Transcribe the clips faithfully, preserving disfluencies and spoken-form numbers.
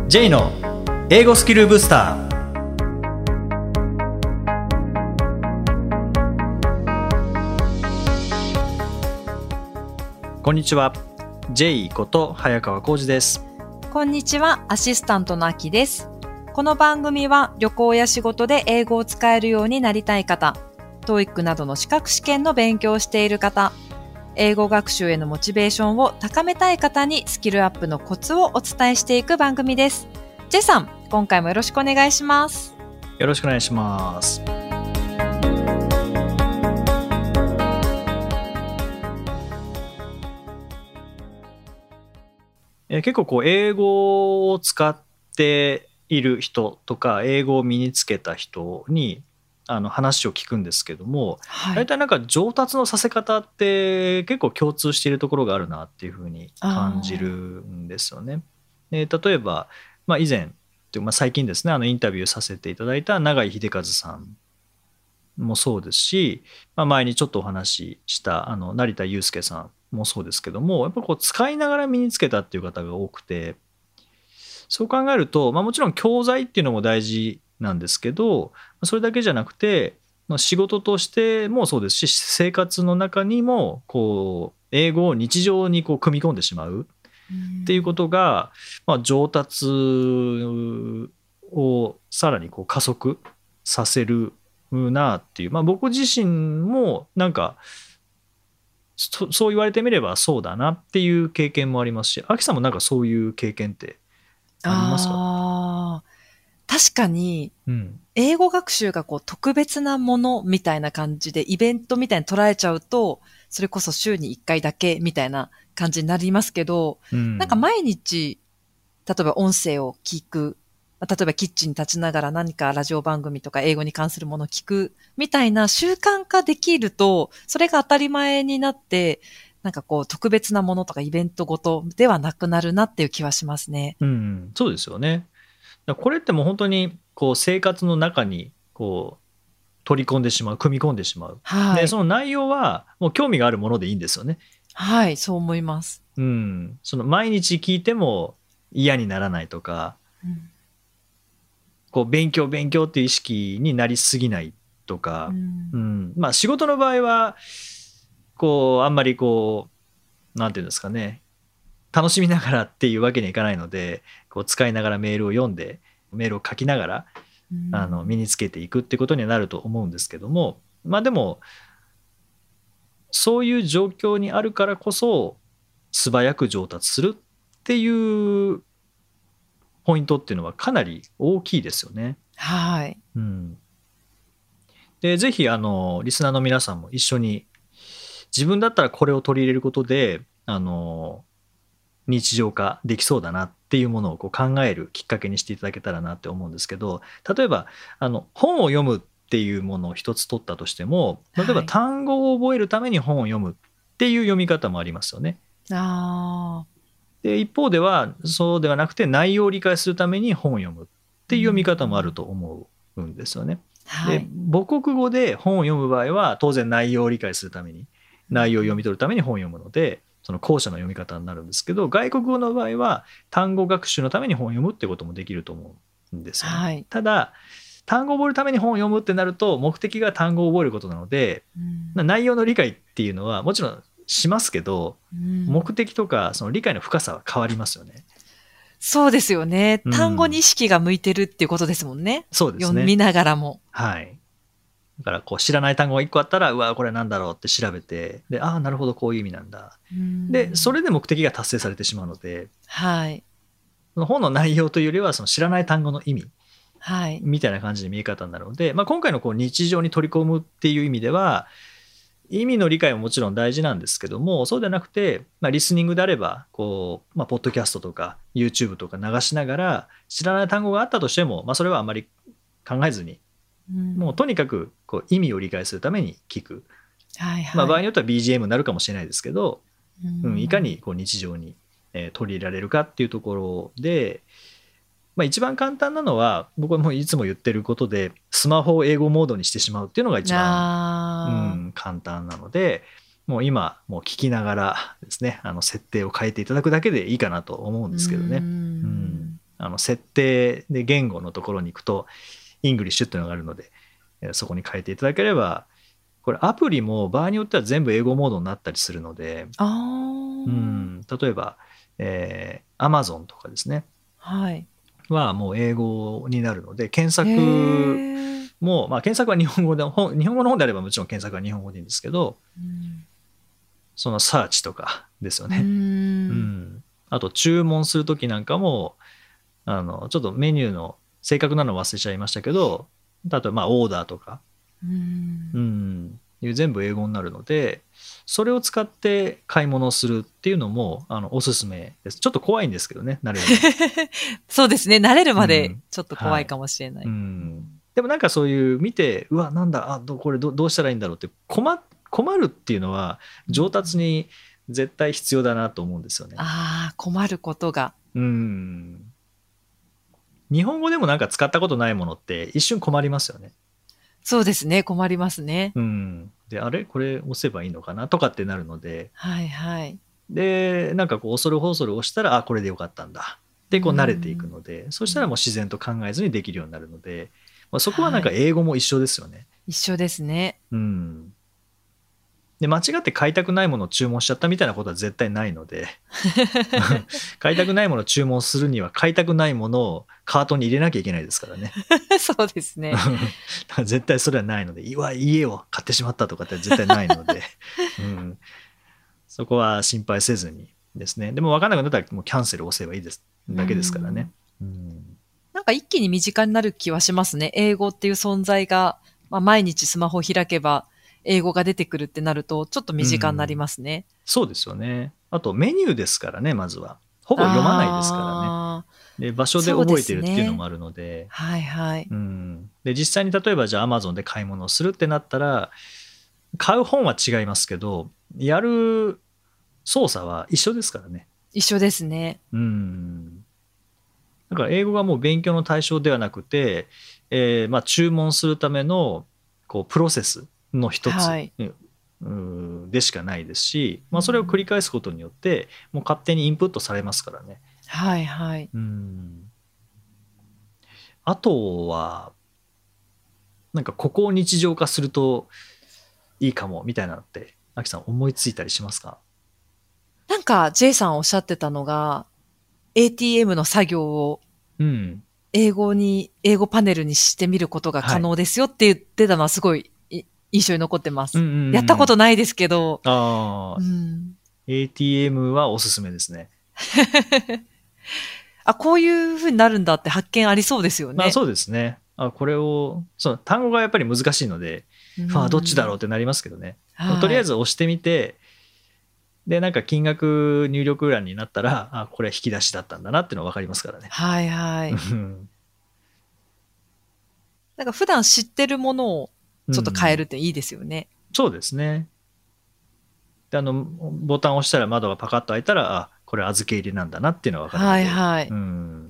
J の英語スキルブスター。こんにちは、 J こと早川浩二です。 こんにちは、アシスタントのあきです。この番組は旅行や仕事で英語を使えるようになりたい方、トーイック などの資格試験の勉強をしている方、英語学習へのモチベーションを高めたい方にスキルアップのコツをお伝えしていく番組です。J さん、今回もよろしくお願いします。 よろしくお願いします。え結構こう英語を使っている人とか英語を身につけた人にあの話を聞くんですけども、 はい、 大体なんか上達のさせ方って結構共通しているところがあるなっていうふうに感じるんですよね。で例えば、まあ、以前、まあ、最近ですね、あのインタビューさせていただいた永井秀和さんもそうですし、まあ、前にちょっとお話ししたあの成田悠輔さんもそうですけども、やっぱこう使いながら身につけたっていう方が多くて、そう考えると、まあ、もちろん教材っていうのも大事なんですけど、それだけじゃなくて、まあ、仕事としてもそうですし、生活の中にもこう英語を日常にこう組み込んでしまうっていうことが、まあ、上達をさらにこう加速させるなっていう、まあ、僕自身もなんかそそう言われてみればそうだなっていう経験もありますし、アキさんもなんかそういう経験ってありますか？ あ確かに、 うん、 英語学習がこう特別なものみたいな感じでイベントみたいに捉えちゃうと、それこそ週にいっかいだけみたいな感じになりますけど、 うん、 なんか毎日、例えば音声を聞く、例えばキッチンに立ちながら何かラジオ番組とか英語に関するものを聞くみたいな習慣化できると、それが当たり前になって、なんかこう特別なものとかイベントごとではなくなるなっていう気はしますね。 うん、そうですよね。だからこれってもう本当にこう生活の中にこう取り込んでしまう、組み込んでしまう。 はい。 でその内容はもう興味があるものでいいんですよね。 はい、そう思います。 うん、その毎日聞いても嫌にならないとか、 うんこう勉強勉強っていう意識になりすぎないとか、 うんうんまあ、仕事の場合はこうあんまりこうなんていうんですかね、楽しみながらっていうわけにはいかないので、こう使いながらメールを読んでメールを書きながらうんあの身につけていくってことにはなると思うんですけども、まあでもそういう状況にあるからこそ素早く上達するっていうポイントっていうのはかなり大きいですよね。 はい。 うん、でぜひあのリスナーの皆さんも一緒に自分だったらこれを取り入れることであの日常化できそうだなっていうものをこう考えるきっかけにしていただけたらなって思うんですけど、例えばあの本を読むっていうものを一つ取ったとしても、例えばはい。 単語を覚えるために本を読むっていう読み方もありますよね。 ああ。 で一方ではそうではなくて内容を理解するために本を読むっていう読み方もあると思うんですよね。ではい。 母国語で本を読む場合は当然内容を理解するために内容を読み取るために本を読むので、その後者の読み方になるんですけど、外国語の場合は単語学習のために本を読むってこともできると思うんですよね。 はい。 ただ単語を覚えるために本を読むってなると目的が単語を覚えることなので、 うん内容の理解っていうのはもちろんしますけど、 うん目的とかその理解の深さは変わりますよね。 そうですよね。 うん単語に意識が向いてるっていうことですもんね。 そうですね。 読みながらも。 はい。だからこう知らない単語がいっこあったら、うわこれなんだろうって調べて、でああなるほどこういう意味なんだ。でそれで目的が達成されてしまうので、 はい。 その本の内容というよりはその知らない単語の意味はい。 みたいな感じで見え方になるので、まあ、今回のこう日常に取り込むっていう意味では意味の理解ももちろん大事なんですけども、そうではなくて、まあ、リスニングであればこう、まあ、ポッドキャストとか YouTube とか流しながら知らない単語があったとしても、まあ、それはあまり考えずに、もうとにかくこう意味を理解するために聞く、 はいはい。 まあ、場合によっては ビージーエム になるかもしれないですけど、 ううん、いかにこう日常に、えー取り入れられるかっていうところで、まあ、一番簡単なのは僕はもういつも言ってることでスマホを英語モードにしてしまうっていうのが一番、うあん、簡単なので、もう今もう聞きながらですね、あの設定を変えていただくだけでいいかなと思うんーうですけどね。 ーうん、 んあの設定で言語のところに行くとイングリッシュっていうのがあるので、そこに変えていただければ、これアプリも場合によっては全部英語モードになったりするので、 あうん、例えば、えー、Amazon とかですね、 はい、 はもう英語になるので、検索へも、まあ、検索は日本語で、本日本語の本であればもちろん検索は日本語でいいんですけど、 うん、 そのサーチとかですようね。 ん、 うん、あと注文するときなんかも、あのちょっとメニューの正確なの忘れちゃいましたけど、例えばまあオーダーとか、 うん、 うん、いう全部英語になるので、それを使って買い物をするっていうのもあのおすすめです。ちょっと怖いんですけどね、慣れるまで。 そうですね。慣れるまでうんちょっと怖いかもしれない。 はい、うん、でもなんかそういう見て、うわなんだ、あどこれ ど, どうしたらいいんだろうって困困るっていうのは上達に絶対必要だなと思うんですよね。 ああ、困ることが。 うん。日本語でもなんか使ったことないものって一瞬困りますよね。 そうですね。困りますね。 うん。で、あれこれ押せばいいのかなとかってなるので、 はいはい。 で、なんかこう恐る恐る押したら、あ、これでよかったんだ。で、こう慣れていくので、そしたらもう自然と考えずにできるようになるので、まあ、そこはなんか英語も一緒ですよね。 一緒ですね。 うん。で、間違って買いたくないものを注文しちゃったみたいなことは絶対ないので、買いたくないものを注文するには買いたくないものをカートに入れなきゃいけないですからね。 そうですね。 だから絶対それはないので、いわ家を買ってしまったとかって絶対ないので、うん、そこは心配せずにですね。でも分からなくなったらもうキャンセルを押せばいいですだけですからね。うん、 なんか一気に身近になる気はしますね。英語っていう存在が、まあ、毎日スマホを開けば英語が出てくるってなるとちょっと身近になりますね。 うん、そうですよね。あとメニューですからね、まずは。ほぼ読まないですからね。で場所で覚えてるっていうのもあるので、 ではいはい。 うん、で実際に例えばじゃあ Amazon で買い物をするってなったら、買う本は違いますけど、やる操作は一緒ですからね。 一緒ですね。 うん。だから英語がもう勉強の対象ではなくて、えーまあ、注文するためのこうプロセスの一つ、はい、うんでしかないですし、まあ、それを繰り返すことによってもう勝手にインプットされますからね。 はいはい。 うん。あとはなんかここを日常化するといいかもみたいなのってアキさん思いついたりしますか？ なんか J さんおっしゃってたのが エーティーエム の作業を英語に、英語パネルにしてみることが可能ですよって言ってたのはすごい印象に残ってます。うんうんうん、やったことないですけど。 あ、うん、エーティーエム はおすすめですね。 あ、こういう風になるんだって発見ありそうですよね。 まあ、そうですね。あ、これを、その単語がやっぱり難しいので、まあどっちだろうってなりますけどね。はい、とりあえず押してみて、で、なんか金額入力欄になったら、あ、これは引き出しだったんだなっていうのは分かりますからね。 はいはい。なんか普段知ってるものをちょっと変えるっていいですよね。 うん、そうですね。で、あの、ボタンを押したら窓がパカッと開いたら、あ、これ預け入れなんだなっていうのは分かるので。はいはい。うん。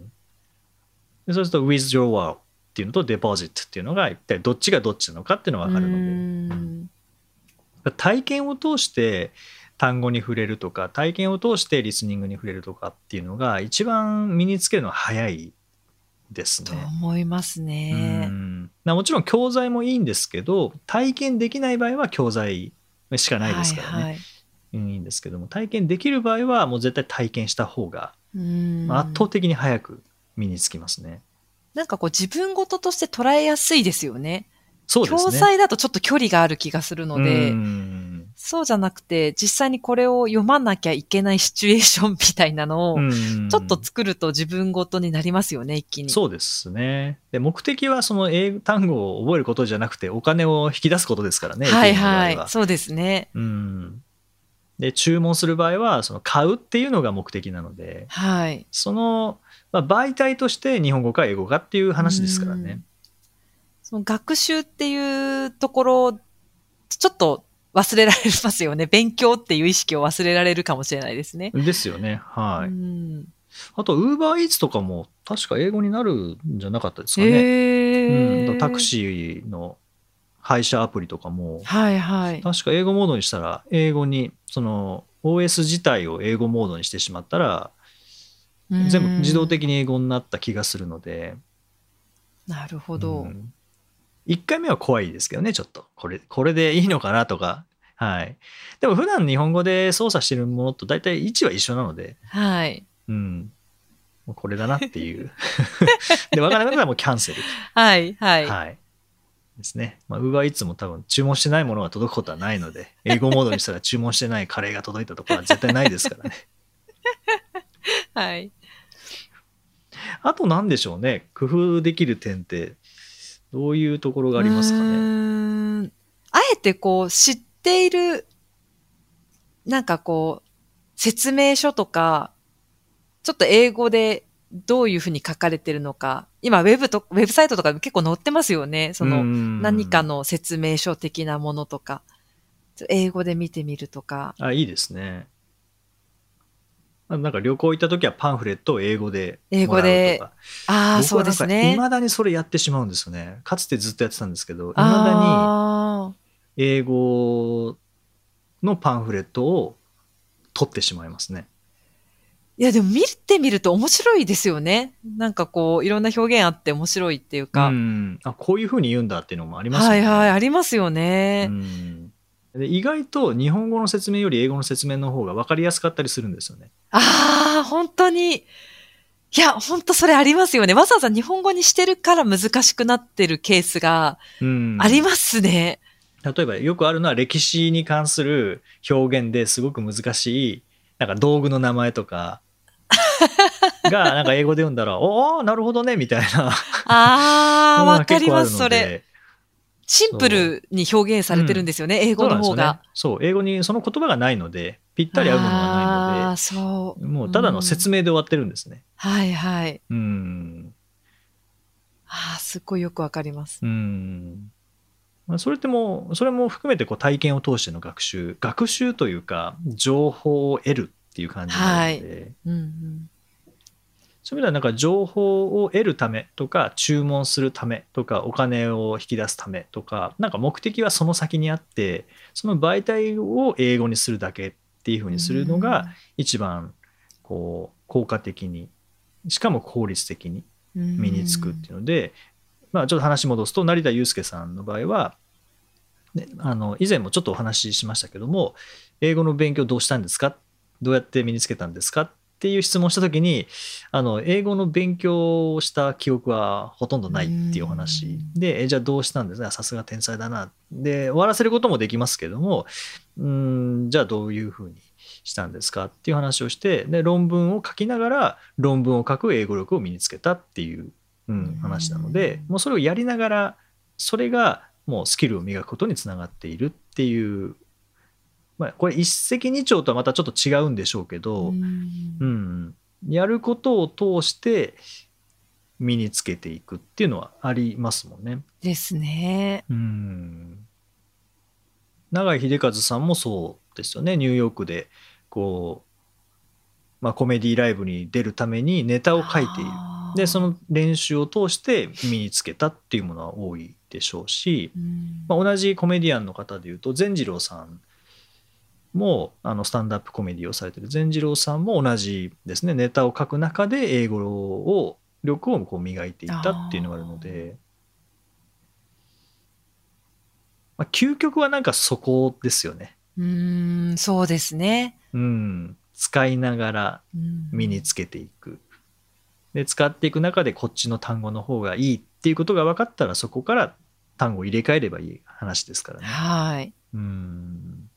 でそうすると withdrawal っていうのと deposit っていうのが一体どっちがどっちなのかっていうのが分かるので。うん体験を通して単語に触れるとか、体験を通してリスニングに触れるとかっていうのが一番身につけるのは早いですね。 と思いますね。 うんもちろん教材もいいんですけど、体験できない場合は教材しかないですからね、はいはい、いいんですけども、体験できる場合はもう絶対体験した方が圧倒的に早く身につきますね。 なんかこう自分事として捉えやすいですよね。 そうですね。 教材だとちょっと距離がある気がするので、うんそうじゃなくて、実際にこれを読まなきゃいけないシチュエーションみたいなのを、ちょっと作ると自分ごとになりますよね、一気に。 そうですね。で、目的はその英語単語を覚えることじゃなくて、お金を引き出すことですからね。 はいはい。そうですね。 うん。で、注文する場合は、その買うっていうのが目的なので、 はい。 その、まあ、媒体として日本語か英語かっていう話ですからね。 その学習っていうところ、ちょっと忘れられますよね。勉強っていう意識を忘れられるかもしれないですね。 ですよね。はい。うんあと、ウーバーイーツとかも確か英語になるんじゃなかったですかね。えーうん、タクシーの配車アプリとかも、 はいはい。 確か英語モードにしたら、英語に、その オーエス 自体を英語モードにしてしまったら、 全部自動的に英語になった気がするので。 なるほど。 うん、いっかいめは怖いですけどね、ちょっとこれこれでいいのかなとか、はい。でも普段日本語で操作してるものと大体位置は一緒なので、 はい。 うん、もうこれだなっていうで分からなかったらもうキャンセル。 はいはいはいですね。まあ Uber Eats も多分注文してないものが届くことはないので、英語モードにしたら注文してないカレーが届いたところは絶対ないですからね。 はい。 あと何でしょうね。工夫できる点ってどういうところがありますかね。 うーんあえてこう知っているなんかこう説明書とかちょっと英語でどういうふうに書かれてるのか、今ウェブとウェブサイトとか結構載ってますよね。その何かの説明書的なものとか、英語で見てみるとか。 あ、いいですね。なんか旅行行った時はパンフレットを英語でもらうとか。英語で。 ああ、そうですね。 いまだにそれやってしまうんですよね。かつてずっとやってたんですけど、いまだに英語のパンフレットを取ってしまいますね。 いやでも見てみると面白いですよね。なんかこういろんな表現あって面白いっていうか。 うん。あ、こういう風に言うんだっていうのもありますよね。 はいはい、ありますよね。 うんで意外と日本語の説明より英語の説明の方が分かりやすかったりするんですよね。 ああ、本当に。いや、本当それありますよね。わざわざ日本語にしてるから難しくなってるケースがありますね。 例えばよくあるのは歴史に関する表現ですごく難しいなんか道具の名前とかがなんか英語で読んだらおおなるほどねみたいなああわかりますそれシンプルに表現されてるんですよね、うん、英語の方が。 そう、ね、そう英語にその言葉がないのでぴったり合うものがないのであそう、 もうただの説明で終わってるんですね、 うん、はいはいうんあすっごいよくわかります。 うんそれってもそれも含めてこう体験を通しての学習学習というか情報を得るっていう感じなので、はいうんうん、そういう意味ではなんか情報を得るためとか注文するためとかお金を引き出すためとかなんか目的はその先にあってその媒体を英語にするだけっていうふうにするのが一番こう効果的にしかも効率的に身につくっていうので、まあ、ちょっと話戻すと成田悠輔さんの場合は、ね、あの以前もちょっとお話ししましたけども英語の勉強どうしたんですかどうやって身につけたんですかっていう質問した時にあの英語の勉強をした記憶はほとんどないっていうお話でえじゃあどうしたんですかさすが天才だなで終わらせることもできますけどもうんじゃあどういうふうにしたんですかっていう話をしてで論文を書きながら論文を書く英語力を身につけたっていううん、話なのでもうそれをやりながらそれがもうスキルを磨くことにつながっているっていう、まあ、これ一石二鳥とはまたちょっと違うんでしょうけど、うんうん、やることを通して身につけていくっていうのはありますもんね。 ですね。 うん永井秀和さんもそうですよね。ニューヨークでこう、まあ、コメディライブに出るためにネタを書いている。でその練習を通して身につけたっていうものは多いでしょうし、うんまあ、同じコメディアンの方でいうと善次郎さんもあのスタンダップコメディをされている善次郎さんも同じですねネタを書く中で英語を力をこう磨いていったっていうのがあるので、まあ、究極はなんかそこですよね。 うーんそうですね、 うん、使いながら身につけていくで使っていく中でこっちの単語の方がいいっていうことが分かったらそこから単語を入れ替えればいい話ですからね。 はい。 うん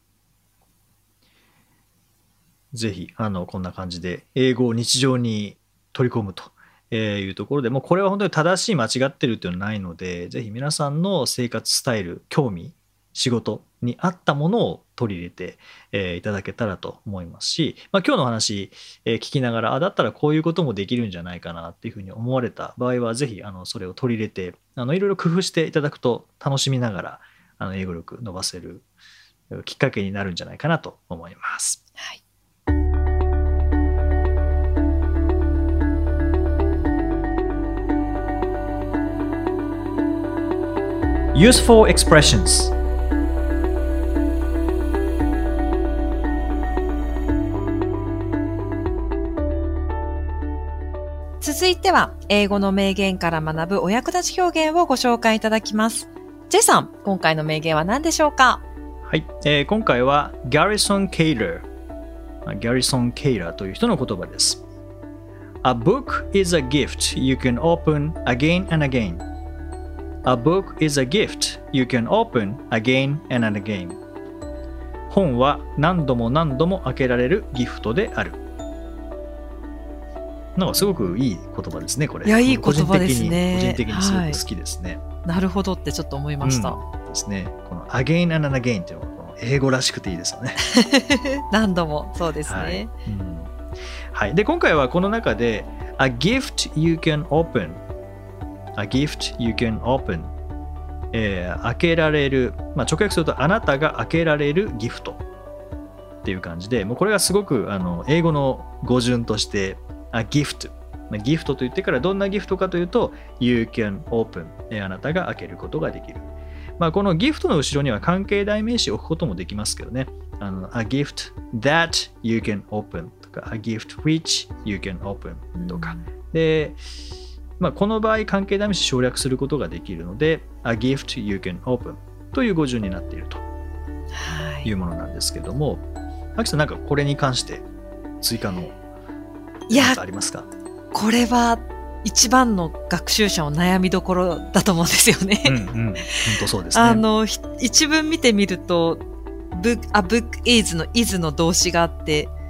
ぜひあのこんな感じで英語を日常に取り込むというところでもうこれは本当に正しい間違ってるっていうのはないのでぜひ皆さんの生活スタイル興味仕事に合ったものを取り入れて、えー、いただけたらと思いますし、まあ、今日の話、えー、聞きながらあだったらこういうこともできるんじゃないかなっていうふうに思われた場合はぜひあのそれを取り入れてあのいろいろ工夫していただくと楽しみながらあの英語力伸ばせるきっかけになるんじゃないかなと思います。はい。Useful expressions 続いては、英語の名言から学ぶお役立ち表現をご紹介いただきます。J さん、今回の名言は何でしょうか？ はい、えー、今回はギャリソン・ケイラー、ギャリソン・ケイラーという人の言葉です。A book is a gift you can open again and again.A book is a gift you can open again and again. 本は何度も何度も開けられるギフトである。なんかすごくいい言葉ですね、これ。 いや、いい言葉ですね。 個人的に、個人的にすごく好きですね。 はい、なるほどってちょっと思いました。 うん、ですね。この again and again っていうのはこの英語らしくていいですよね。 何度も、そうですね。 はい、うんはい、で、今回はこの中で A gift you can open。A gift you can open、えー、開けられる、まあ、直訳するとあなたが開けられるギフトっていう感じで、もうこれがすごくあの英語の語順としてA gift、まあ、ギフトと言ってからどんなギフトかというと You can open、えー、あなたが開けることができる。まあ、このギフトの後ろには関係代名詞を置くこともできますけどね。あの A gift that you can open とか A gift which you can open とか、うん、でまあ、この場合関係代名詞省略することができるので A gift you can open という語順になっているというものなんですけども、アキさん、なんかこれに関して追加の何かありますか？ これは一番の学習者の悩みどころだと思うんですよね。うんうん、 本当そうですね。 あの一文見てみると book, A book is の is の動詞があって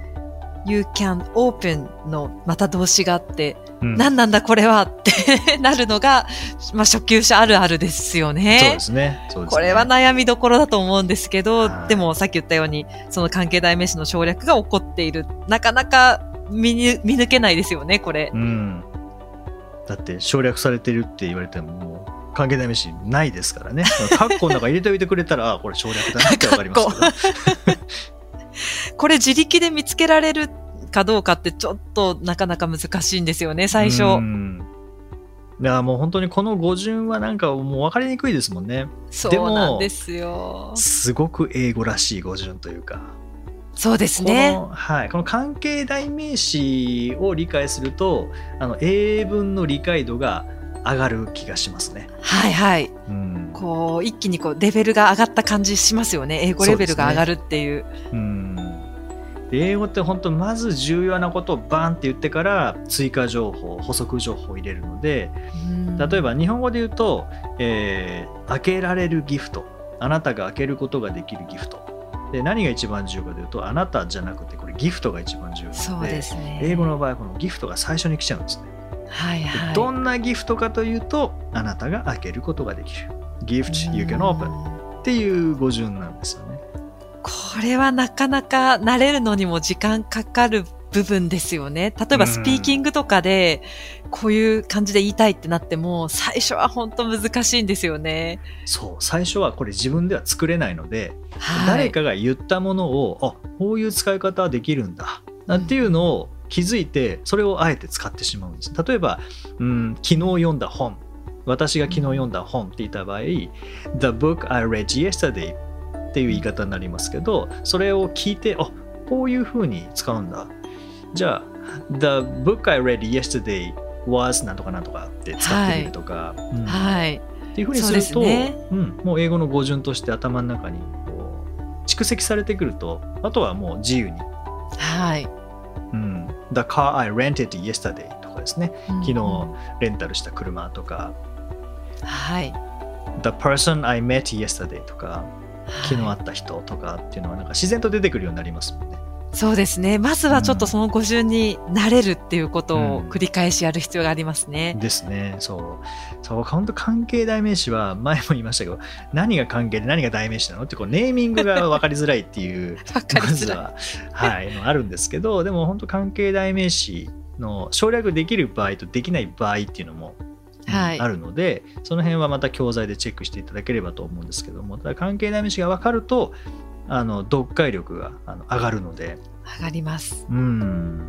You can open のまた動詞があってうん、何なんだこれはってなるのが、まあ、初級者あるあるですよね。 そうですね。そうですね。 これは悩みどころだと思うんですけど、でもさっき言ったようにその関係代名詞の省略が起こっている。なかなか見に見抜けないですよね、これ。うん。 だって省略されてるって言われてももう関係代名詞ないですからね。カッコの中入れておいてくれたらこれ省略だなってわかりますけど。 これ自力で見つけられるかどうかってちょっとなかなか難しいんですよね、最初。うんいやもう本当にこの語順はなんかもう分かりにくいですもんね。 そうなんですよ。 すごく英語らしい語順というか。 そうですね。 この、はい、この関係代名詞を理解するとあの英文の理解度が上がる気がしますね。 はいはい。うん、こう一気にこうレベルが上がった感じしますよね。英語レベルが上がるっていう。そうですね。うん英語って本当まず重要なことをバーンって言ってから追加情報補足情報を入れるので、例えば日本語で言うと、えー、開けられるギフト、あなたが開けることができるギフトで、何が一番重要かというとあなたじゃなくてこれギフトが一番重要なので、そうですね、英語の場合はこのギフトが最初に来ちゃうんですね。はいはい、どんなギフトかというとあなたが開けることができる Gift you can open っていう語順なんですよね。 これはなかなか慣れるのにも時間かかる部分ですよね。例えばスピーキングとかでこういう感じで言いたいってなっても最初は本当難しいんですよね。 そう、最初はこれ自分では作れないので、はい、誰かが言ったものをあこういう使い方はできるんだなんていうのを気づいてそれをあえて使ってしまうんです。例えば、うん、昨日読んだ本、私が昨日読んだ本って言った場合 The book I read yesterdayっていう言い方になりますけど、それを聞いてあこういう風に使うんだ、じゃあ The book I read yesterday was なんとかなんとかって使ってみるとか、はいうんはい、っていう風にするとう、ねうん、もう英語の語順として頭の中にこう蓄積されてくると、あとはもう自由に、はいうん、The car I rented yesterday とかですね、うん、昨日レンタルした車とか、はい、The person I met yesterday とか昨日会った人とかっていうのはなんか自然と出てくるようになりますもんね。 そうですね。まずはちょっとその語順に慣れるっていうことを繰り返しやる必要がありますね。 うん、ですね。そう。そう、本当関係代名詞は前も言いましたけど、何が関係で何が代名詞なのってこうネーミングが分かりづらいっていうまずははいのあるんですけど、でも本当関係代名詞の省略できる場合とできない場合っていうのもはい、あるので、その辺はまた教材でチェックしていただければと思うんですけども、ただ関係代名詞が分かるとあの読解力があの上がるので。 上がります。 うん、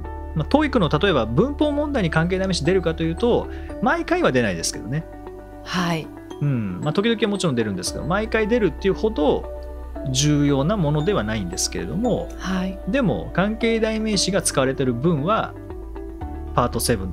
まあ、トーイックの例えば文法問題に関係代名詞出るかというと毎回は出ないですけどね。はい、うんまあ、時々はもちろん出るんですけど、毎回出るっていうほど重要なものではないんですけれども、はい、でも関係代名詞が使われている文はパートセブンとか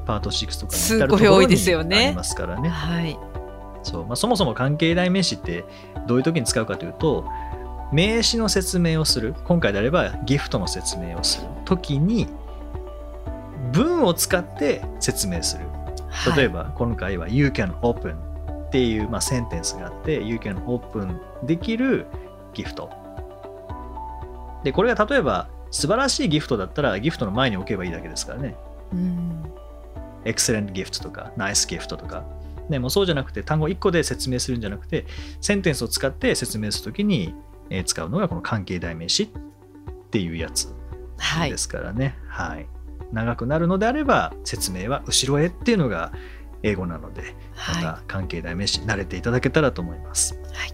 パートシックスとかにすごい多いですよね。 ありますからね。 はい。 そうまあ、そもそも関係代名詞ってどういう時に使うかというと、名詞の説明をする、今回であればギフトの説明をする時に文を使って説明する。例えば、はい、今回は You can open っていう、まあ、センテンスがあって You can open できるギフトで、これが例えば素晴らしいギフトだったらギフトの前に置けばいいだけですからね。うん、Excellent gift とか Nice gift とか、ね、もうそうじゃなくて単語いっこで説明するんじゃなくてセンテンスを使って説明するときに使うのがこの関係代名詞っていうやつですからね。はい、はい、長くなるのであれば説明は後ろへっていうのが英語なので、また関係代名詞慣れていただけたらと思います。はい、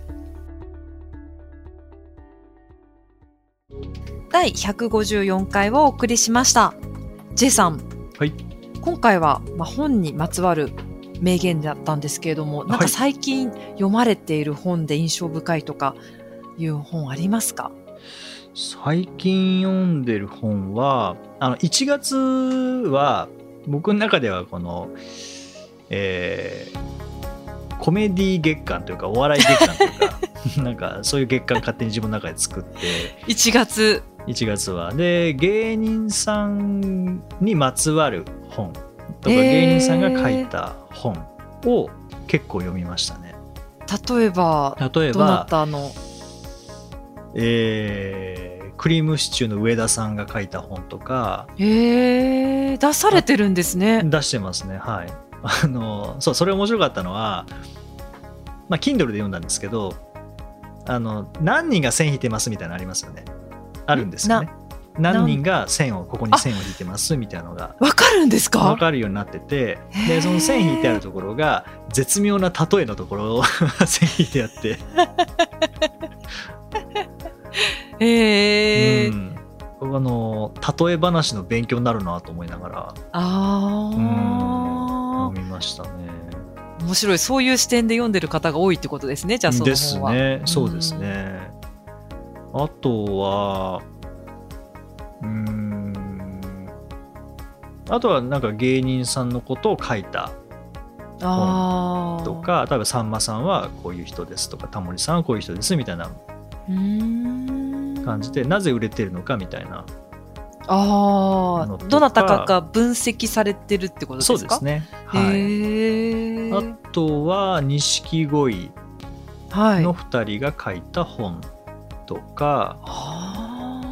だいひゃくごじゅうよんかいをお送りしました。 J さん、 はい、 今回は、まあ、本にまつわる名言だったんですけれども、なんか最近読まれている本で印象深いとかいう本ありますか？ 最近読んでる本はあのいちがつは僕の中ではこの、えー、コメディ月間というかお笑い月間というかなんかそういう月間勝手に自分の中で作っていちがついちがつはで芸人さんにまつわる本とか、えー、芸人さんが書いた本を結構読みましたね。 例えば例えばどなたのえー、クリームシチューの上田さんが書いた本とか、 えー、出されてるんですね。 出してますね。はい。あのそうそれ面白かったのは、まあ Kindle で読んだんですけど、あの何人が線引いてますみたいなのありますよね。あるんですよね。何人が線をここに線を引いてますみたいなのが分かるんですか？ 分かるようになってて、でその線引いてあるところが絶妙な例えのところを線引いてあってへえー、 うん、あの例え話の勉強になるなと思いながらあ、うん、 読みましたね。 面白い。そういう視点で読んでる方が多いってことですね。じゃあその本はですね。そうですね。あとはうーんあとはなんか芸人さんのことを書いた本とか、例えばさんまさんはこういう人ですとかタモリさんはこういう人ですみたいな感じで、なぜ売れてるのかみたいな。 ああ、どなたかが分析されてるってことですか？ そうですね。はい。あとは錦鯉のふたりが書いた本とか、はい、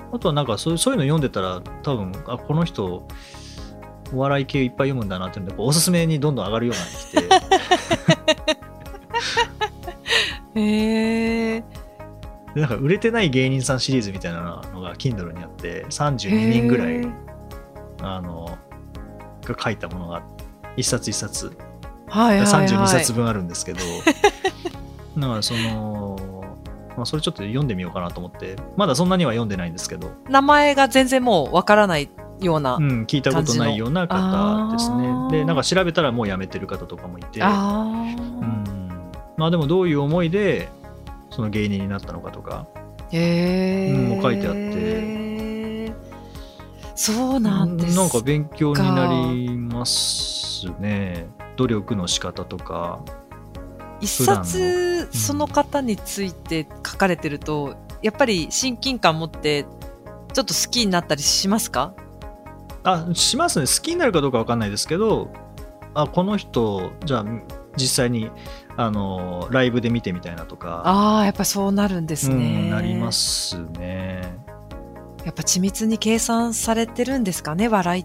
あとはなんかそういう、そういうの読んでたら多分あこの人お笑い系いっぱい読むんだなっていうのでおすすめにどんどん上がるようになってきてへえでなんか売れてない芸人さんシリーズみたいなのが Kindle にあってさんじゅうににんぐらいあのが書いたものが一冊一冊、はいはいはい、さんじゅうにさつぶんあるんですけどだからその、まあ、それちょっと読んでみようかなと思ってまだそんなには読んでないんですけど、 名前が全然もうわからないような、 うん、聞いたことないような方ですね。でなんか調べたらもう辞めてる方とかもいて、あ、うん、まあでもどういう思いでその芸人になったのかとか、へー、うん、もう書いてあってそうなんですか。 なんか勉強になりますね。努力の仕方とか一冊その方について書かれてると、うん、やっぱり親近感持ってちょっと好きになったりしますか？ あ、しますね。好きになるかどうか分かんないですけど、あこの人じゃあ実際にあのライブで見てみたいなとか、 ああやっぱそうなるんですね、 うん、なりますね。 やっぱ緻密に計算されてるんですかね、笑いって。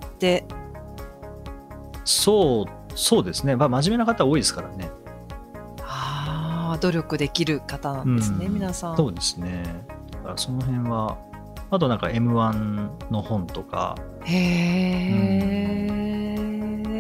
そうそうですね、まあ、真面目な方多いですからね。 ああ努力できる方なんですね、うん、皆さん。 そうですね。だからその辺はあとなんか エムワン の本とか、へえ、うん、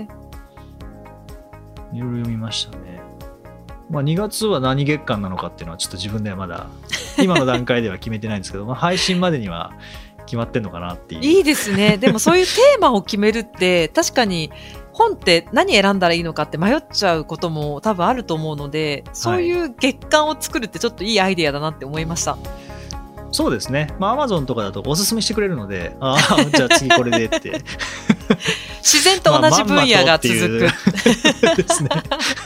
いろいろ読みましたね。まあ、にがつは何月間なのかっていうのはちょっと自分ではまだ今の段階では決めてないんですけどまあ配信までには決まってんのかなっていう。 いいですね。でもそういうテーマを決めるって確かに本って何選んだらいいのかって迷っちゃうことも多分あると思うので、そういう月間を作るってちょっといいアイデアだなって思いました。 そうですね。まあ Amazon とかだとおすすめしてくれるので、ああじゃあ次これでって自然と同じ分野が続く、まあ、 ですね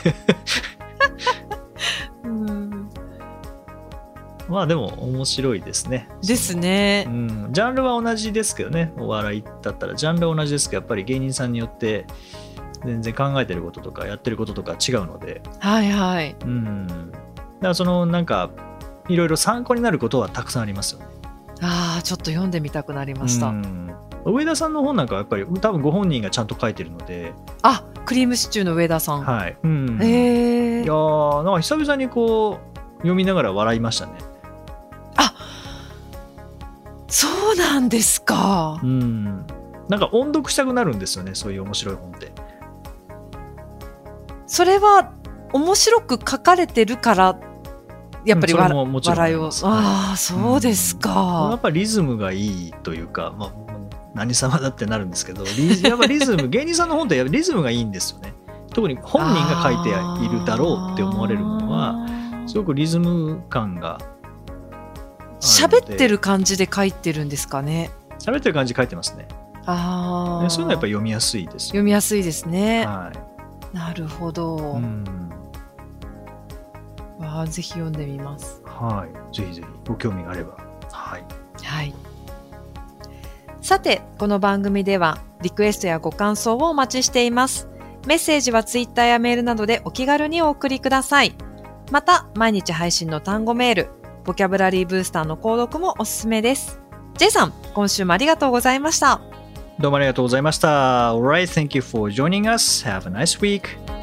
うんまあでも面白いですね。 ですね、 うん、ジャンルは同じですけどね、お笑いだったらジャンルは同じですけど、やっぱり芸人さんによって全然考えてることとかやってることとか違うので、 はいはい、 うん、だからそのなんかいろいろ参考になることはたくさんありますよね。 ああ、ちょっと読んでみたくなりました。 うん、上田さんの本なんかはやっぱり多分ご本人がちゃんと書いてるので。 あ、クリームシチューの上田さん。 はい、うん、 へえ。 いやー、なんか久々にこう読みながら笑いましたね。 あ、そうなんですか。 うん、なんか音読したくなるんですよね、そういう面白い本って。 それは面白く書かれてるからやっぱり、うん、笑いを、ああ、そうですか、 うん、やっぱりリズムがいいというか、まあ、何様だってなるんですけど、やっぱリズム芸人さんの本ってリズムがいいんですよね。特に本人が書いているだろうって思われるものはすごくリズム感が喋ってる感じで書いてるんですかね。 喋ってる感じで書いてますね。 ああ、 そういうのはやっぱり読みやすいです、 読みやすいですね、 はい、 なるほど、 うん、 わあ、ぜひ読んでみます。 はい、ぜひぜひご興味があれば。はい、 はい、さて、この番組ではリクエストやご感想をお待ちしています。メッセージはツイッターやメールなどでお気軽にお送りください。また、毎日配信の単語メール、ボキャブラリーブースターの購読もおすすめです。J さん、今週もありがとうございました。 どうもありがとうございました。Alright, thank you for joining us. Have a nice week.